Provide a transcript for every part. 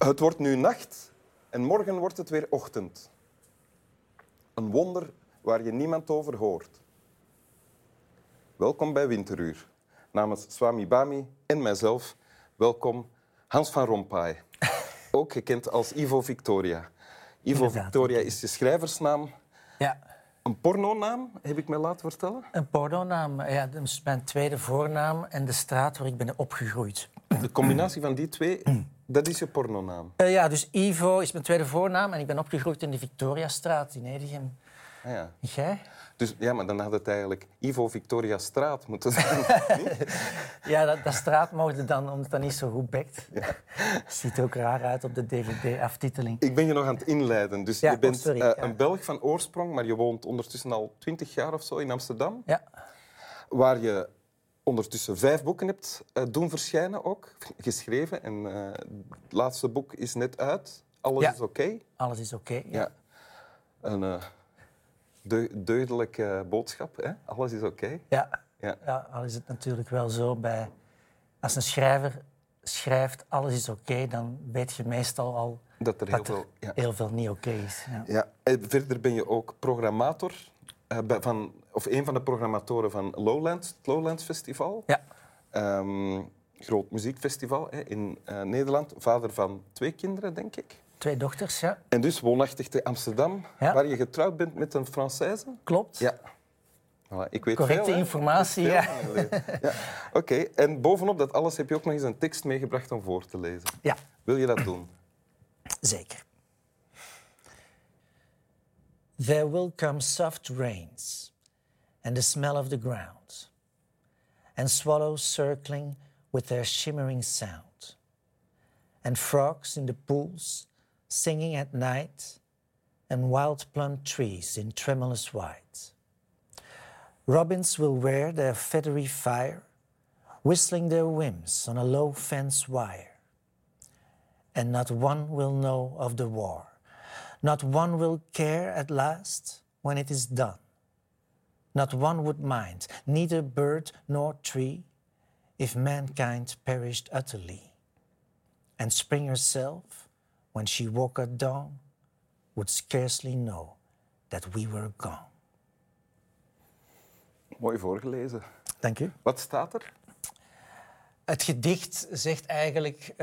Het wordt nu nacht en morgen wordt het weer ochtend. Een wonder waar je niemand over hoort. Welkom bij Winteruur. Namens Swami Bami en mijzelf, welkom Hans van Rompuy. Ook gekend als Ivo Victoria. Ivo Victoria is je schrijversnaam. Ja. Een pornonaam, heb ik mij laten vertellen. Een pornonaam, ja, dat is mijn tweede voornaam en de straat waar ik ben opgegroeid. De combinatie van die twee, dat is je pornonaam. Ja, dus Ivo is mijn tweede voornaam en ik ben opgegroeid in de Victoriastraat in Edegem. Ah, ja. En jij? Dus ja, maar dan had het eigenlijk Ivo Victoria Straat moeten zijn. Ja, dat straat mocht dan, omdat dat niet zo goed bekt. Ja. Ziet er ook raar uit op de dvd-aftiteling. Ik ben je nog aan het inleiden. Dus Ja, je bent sorry, ja. een Belg van oorsprong, maar je woont ondertussen al 20 jaar of zo in Amsterdam. Ja. Waar je ondertussen 5 boeken hebt doen verschijnen ook, geschreven. En het laatste boek is net uit. Alles is oké. Alles is oké. Ja. Ja. Een deugdelijke boodschap. Hè? Alles is oké. Ja. Ja. Ja, al is het natuurlijk wel zo bij... Als een schrijver schrijft alles is oké, dan weet je meestal al Dat er heel veel niet oké is. Ja. Ja. En verder ben je ook programmator, of een van de programmatoren van Lowlands, het Lowlands Festival. Ja. Groot muziekfestival in Nederland. Vader van 2 kinderen, denk ik. 2 dochters, ja. En dus woonachtig te Amsterdam, Ja. waar je getrouwd bent met een Française. Klopt. Ja. Voilà, ik weet Correcte veel, hè. informatie, Ik weet ja. veel van je leven. Ja. Oké, en bovenop dat alles heb je ook nog eens een tekst meegebracht om voor te lezen. Ja, Wil je dat doen? zeker. There will come soft rains and the smell of the ground and swallows circling with their shimmering sound and frogs in the pools singing at night and wild plum trees in tremulous white. Robins will wear their feathery fire, whistling their whims on a low fence wire. And not one will know of the war. Not one will care at last when it is done. Not one would mind, neither bird nor tree, if mankind perished utterly. And spring herself, when she woke at dawn, would scarcely know that we were gone. Mooi voorgelezen. Dank u. Wat staat er? Het gedicht zegt eigenlijk...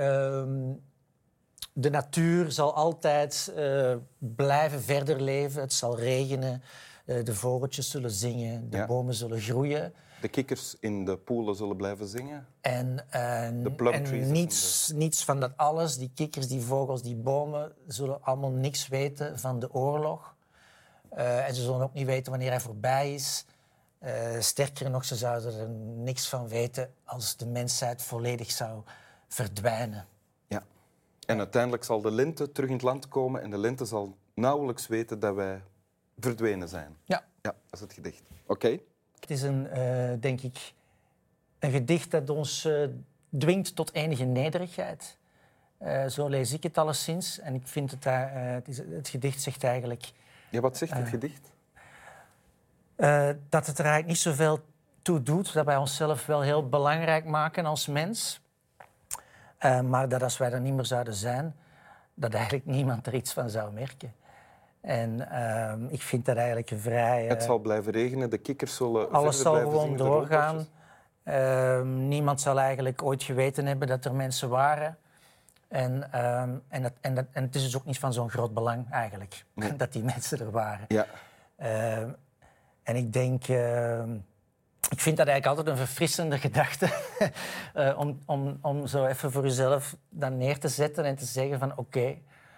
de natuur zal altijd blijven verder leven. Het zal regenen, de vogeltjes zullen zingen, de bomen zullen groeien. De kikkers in de poelen zullen blijven zingen. En niets van dat alles, die kikkers, die vogels, die bomen, zullen allemaal niks weten van de oorlog. En ze zullen ook niet weten wanneer hij voorbij is. Sterker nog, ze zouden er niks van weten als de mensheid volledig zou verdwijnen. Ja. En uiteindelijk zal de lente terug in het land komen en de lente zal nauwelijks weten dat wij verdwenen zijn. Ja. Ja, dat is het gedicht. Oké. Het is denk ik, een gedicht dat ons dwingt tot enige nederigheid. Zo lees ik het alleszins. En ik vind het gedicht zegt eigenlijk... Ja, wat zegt het gedicht? Dat het er eigenlijk niet zoveel toe doet. Dat wij onszelf wel heel belangrijk maken als mens. Maar dat als wij er niet meer zouden zijn, dat eigenlijk niemand er iets van zou merken. En ik vind dat eigenlijk een vrij... Het zal blijven regenen, de kikkers zullen alles zal blijven gewoon zingen, doorgaan. Niemand zal eigenlijk ooit geweten hebben dat er mensen waren. En het is dus ook niet van zo'n groot belang eigenlijk, dat die mensen er waren. Ja. En ik denk... ik vind dat eigenlijk altijd een verfrissende gedachte. Om zo even voor jezelf dan neer te zetten en te zeggen van oké,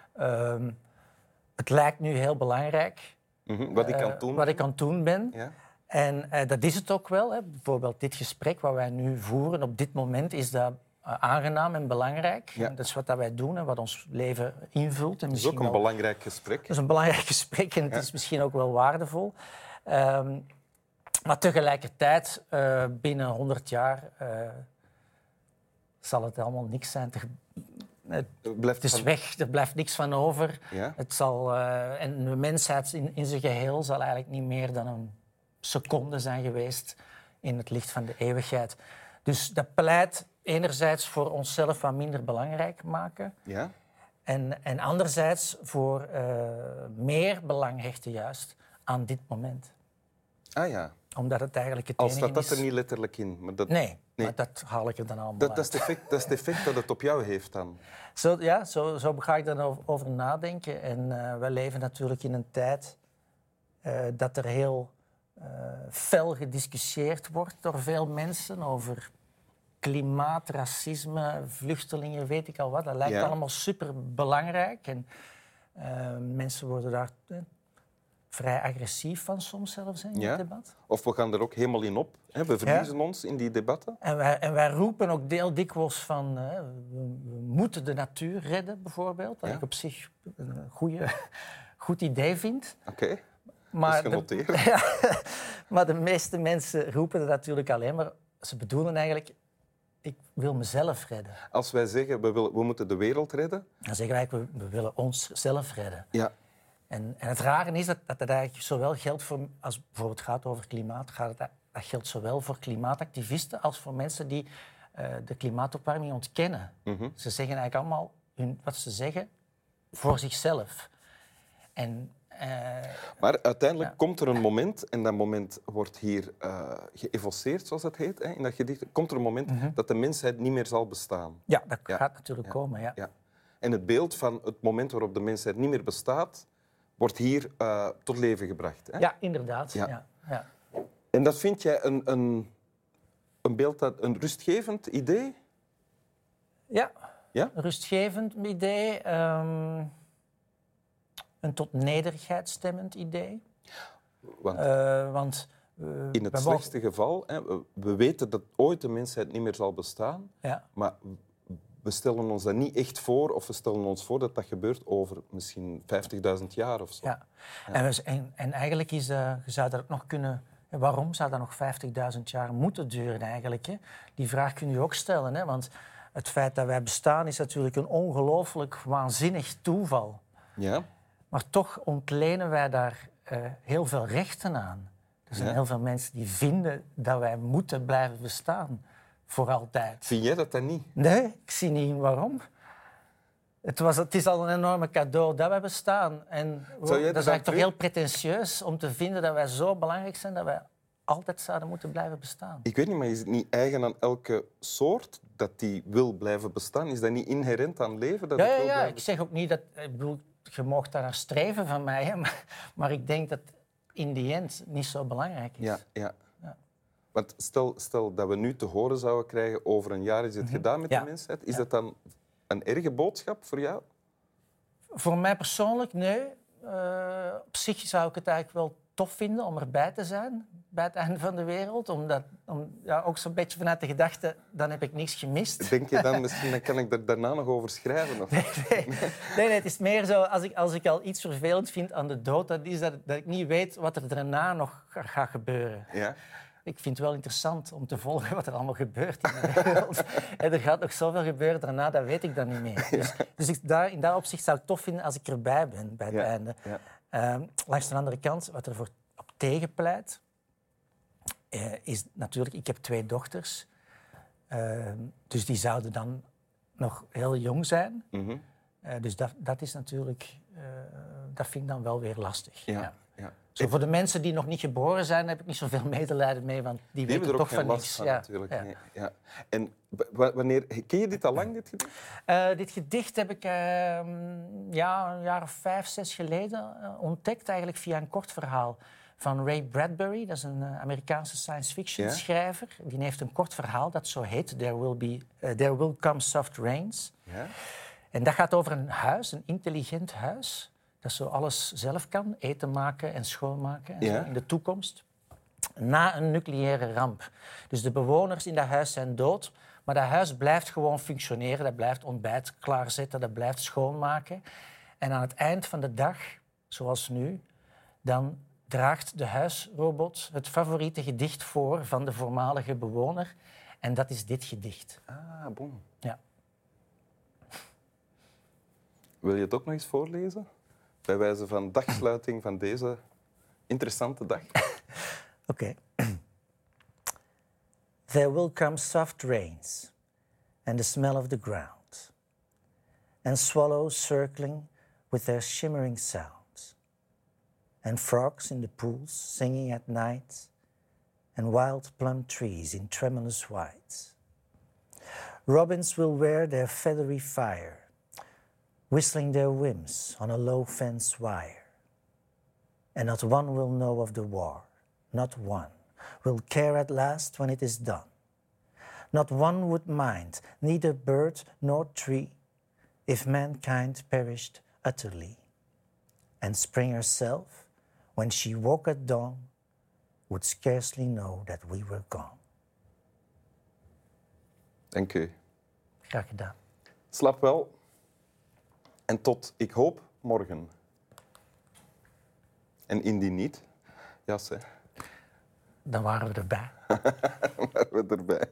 het lijkt nu heel belangrijk. Wat ik aan het doen wat ik aan het doen ben. Ja. En dat is het ook wel. Hè. Bijvoorbeeld dit gesprek wat wij nu voeren, op dit moment is dat aangenaam en belangrijk. Ja. Dat is wat dat wij doen en wat ons leven invult. En Het is ook een belangrijk gesprek. Het is een belangrijk gesprek en het is misschien ook wel waardevol. Maar tegelijkertijd, binnen 100 jaar, zal het allemaal niks zijn. Het is weg, er blijft niks van over. Ja? Het zal, en de mensheid in zijn geheel zal eigenlijk niet meer dan een seconde zijn geweest in het licht van de eeuwigheid. Dus dat pleit enerzijds voor onszelf wat minder belangrijk maken. Ja? En anderzijds voor meer belang hechten juist aan dit moment. Ah ja. Omdat het eigenlijk het Al enige staat dat is... er niet letterlijk in. Maar dat... Nee, maar dat haal ik er dan allemaal Dat uit. is het effect dat het op jou heeft dan. Zo ga ik dan over nadenken. En wij leven natuurlijk in een tijd dat er heel fel gediscussieerd wordt door veel mensen over klimaat, racisme, vluchtelingen, weet ik al wat. Dat lijkt allemaal superbelangrijk. En mensen worden daar vrij agressief van soms zelfs in het debat. Of we gaan er ook helemaal in op. Hè? We verliezen ons in die debatten. En wij roepen ook heel dikwijls van... we moeten de natuur redden, bijvoorbeeld. Wat ik op zich een goed idee vind. Oké, maar dat is genoteerd. Maar de meeste mensen roepen het natuurlijk alleen maar... Ze bedoelen eigenlijk... Ik wil mezelf redden. Als wij zeggen, we moeten de wereld redden... Dan zeggen wij, we willen onszelf redden. Ja. En het rare is dat het eigenlijk zowel geldt voor... Als het bijvoorbeeld gaat over klimaat... dat geldt zowel voor klimaatactivisten als voor mensen die de klimaatopwarming ontkennen. Mm-hmm. Ze zeggen eigenlijk allemaal wat ze zeggen voor zichzelf. Maar uiteindelijk komt er een moment, en dat moment wordt hier geëvoceerd, zoals dat heet, in dat gedicht. Komt er een moment dat de mensheid niet meer zal bestaan. Ja, dat gaat natuurlijk komen, ja. En het beeld van het moment waarop de mensheid niet meer bestaat, wordt hier tot leven gebracht. Hè? Ja, inderdaad. Ja. En dat vind jij een beeld, een rustgevend idee? Ja, ja? Een rustgevend idee. Een tot nederigheid stemmend idee. Want in het slechtste geval, hè, we weten dat ooit de mensheid niet meer zal bestaan, maar we stellen ons dat niet echt voor, of we stellen ons voor dat dat gebeurt over misschien 50.000 jaar of zo. Ja. En eigenlijk je zou dat ook nog kunnen... Waarom zou dat nog 50.000 jaar moeten duren eigenlijk? Hè? Die vraag kun je ook stellen. Hè? Want het feit dat wij bestaan is natuurlijk een ongelooflijk waanzinnig toeval. Ja. Maar toch ontlenen wij daar heel veel rechten aan. Er zijn heel veel mensen die vinden dat wij moeten blijven bestaan. Voor altijd. Vind jij dat niet? Nee, ik zie niet waarom. Het is al een enorme cadeau dat wij bestaan. En dat is eigenlijk toch heel pretentieus om te vinden dat wij zo belangrijk zijn dat wij altijd zouden moeten blijven bestaan. Ik weet niet, maar is het niet eigen aan elke soort dat die wil blijven bestaan? Is dat niet inherent aan leven? Dat Ja, ik zeg ook niet dat... Ik bedoel, je mag daar naar streven van mij, hè, maar ik denk dat in die end niet zo belangrijk is. Ja. Want stel dat we nu te horen zouden krijgen over een jaar is het gedaan met de mensheid. Is dat dan een erge boodschap voor jou? Voor mij persoonlijk, nee. Op zich zou ik het eigenlijk wel tof vinden om erbij te zijn bij het einde van de wereld. Ook zo'n beetje vanuit de gedachte, dan heb ik niks gemist. Denk je dan, misschien dan kan ik er daarna nog over schrijven? Of? Nee, het is meer zo, als ik al iets vervelend vind aan de dood, dat is dat ik niet weet wat er daarna nog gaat gebeuren. Ja? Ik vind het wel interessant om te volgen wat er allemaal gebeurt in de wereld. En er gaat nog zoveel gebeuren daarna, dat weet ik dan niet meer. Dus in dat opzicht zou ik het tof vinden als ik erbij ben bij het einde. Ja. Langs de andere kant, wat er voor op tegenpleit, is natuurlijk... Ik heb 2 dochters, dus die zouden dan nog heel jong zijn. Mm-hmm. Dus dat is natuurlijk... dat vind ik dan wel weer lastig. Ja. Zo, voor de mensen die nog niet geboren zijn, heb ik niet zoveel medelijden mee, want die weten er toch ook geen van last niks. Van, natuurlijk. Nee. Ja. En wanneer ken je dit al lang, dit gedicht? Dit gedicht heb ik een jaar of 5, 6 geleden ontdekt, eigenlijk via een kort verhaal van Ray Bradbury. Dat is een Amerikaanse science fiction schrijver. Die heeft een kort verhaal dat zo heet, There Will Come Soft Rains. Ja? En dat gaat over een huis, een intelligent huis, dat zo alles zelf kan, eten maken en schoonmaken en zo, in de toekomst. Na een nucleaire ramp. Dus de bewoners in dat huis zijn dood, maar dat huis blijft gewoon functioneren. Dat blijft ontbijt klaarzetten, dat blijft schoonmaken. En aan het eind van de dag, zoals nu, dan draagt de huisrobot het favoriete gedicht voor van de voormalige bewoner. En dat is dit gedicht. Ah, bon. Ja. Wil je het ook nog eens voorlezen? Bij wijze van dagsluiting van deze interessante dag. Oké. There will come soft rains and the smell of the ground. and swallows circling with their shimmering sounds, and frogs in the pools singing at night, and wild plum trees in tremulous white. Robins will wear their feathery fire, whistling their whims on a low fence wire. And not one will know of the war, not one will care at last when it is done. Not one would mind, neither bird nor tree, if mankind perished utterly. And spring herself, when she woke at dawn, would scarcely know that we were gone. Dank u. Graag gedaan. Slaap wel. En tot, ik hoop, morgen. En indien niet, Jasse. Dan waren we erbij. Dan waren we erbij.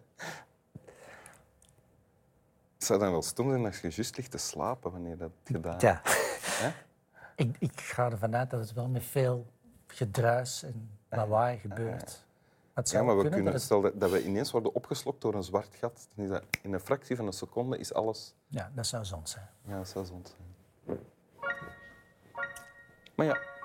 Het zou dan wel stom zijn als je juist ligt te slapen wanneer dat gedaan is. Ja. Ik ga ervan uit dat het wel met veel gedruis en lawaai gebeurt. Ja, maar we kunnen stellen dat we ineens worden opgeslokt door een zwart gat. Dan is dat in een fractie van een seconde is alles... Ja, dat zou zond zijn. Ja, dat zou zond zijn. Maar ja...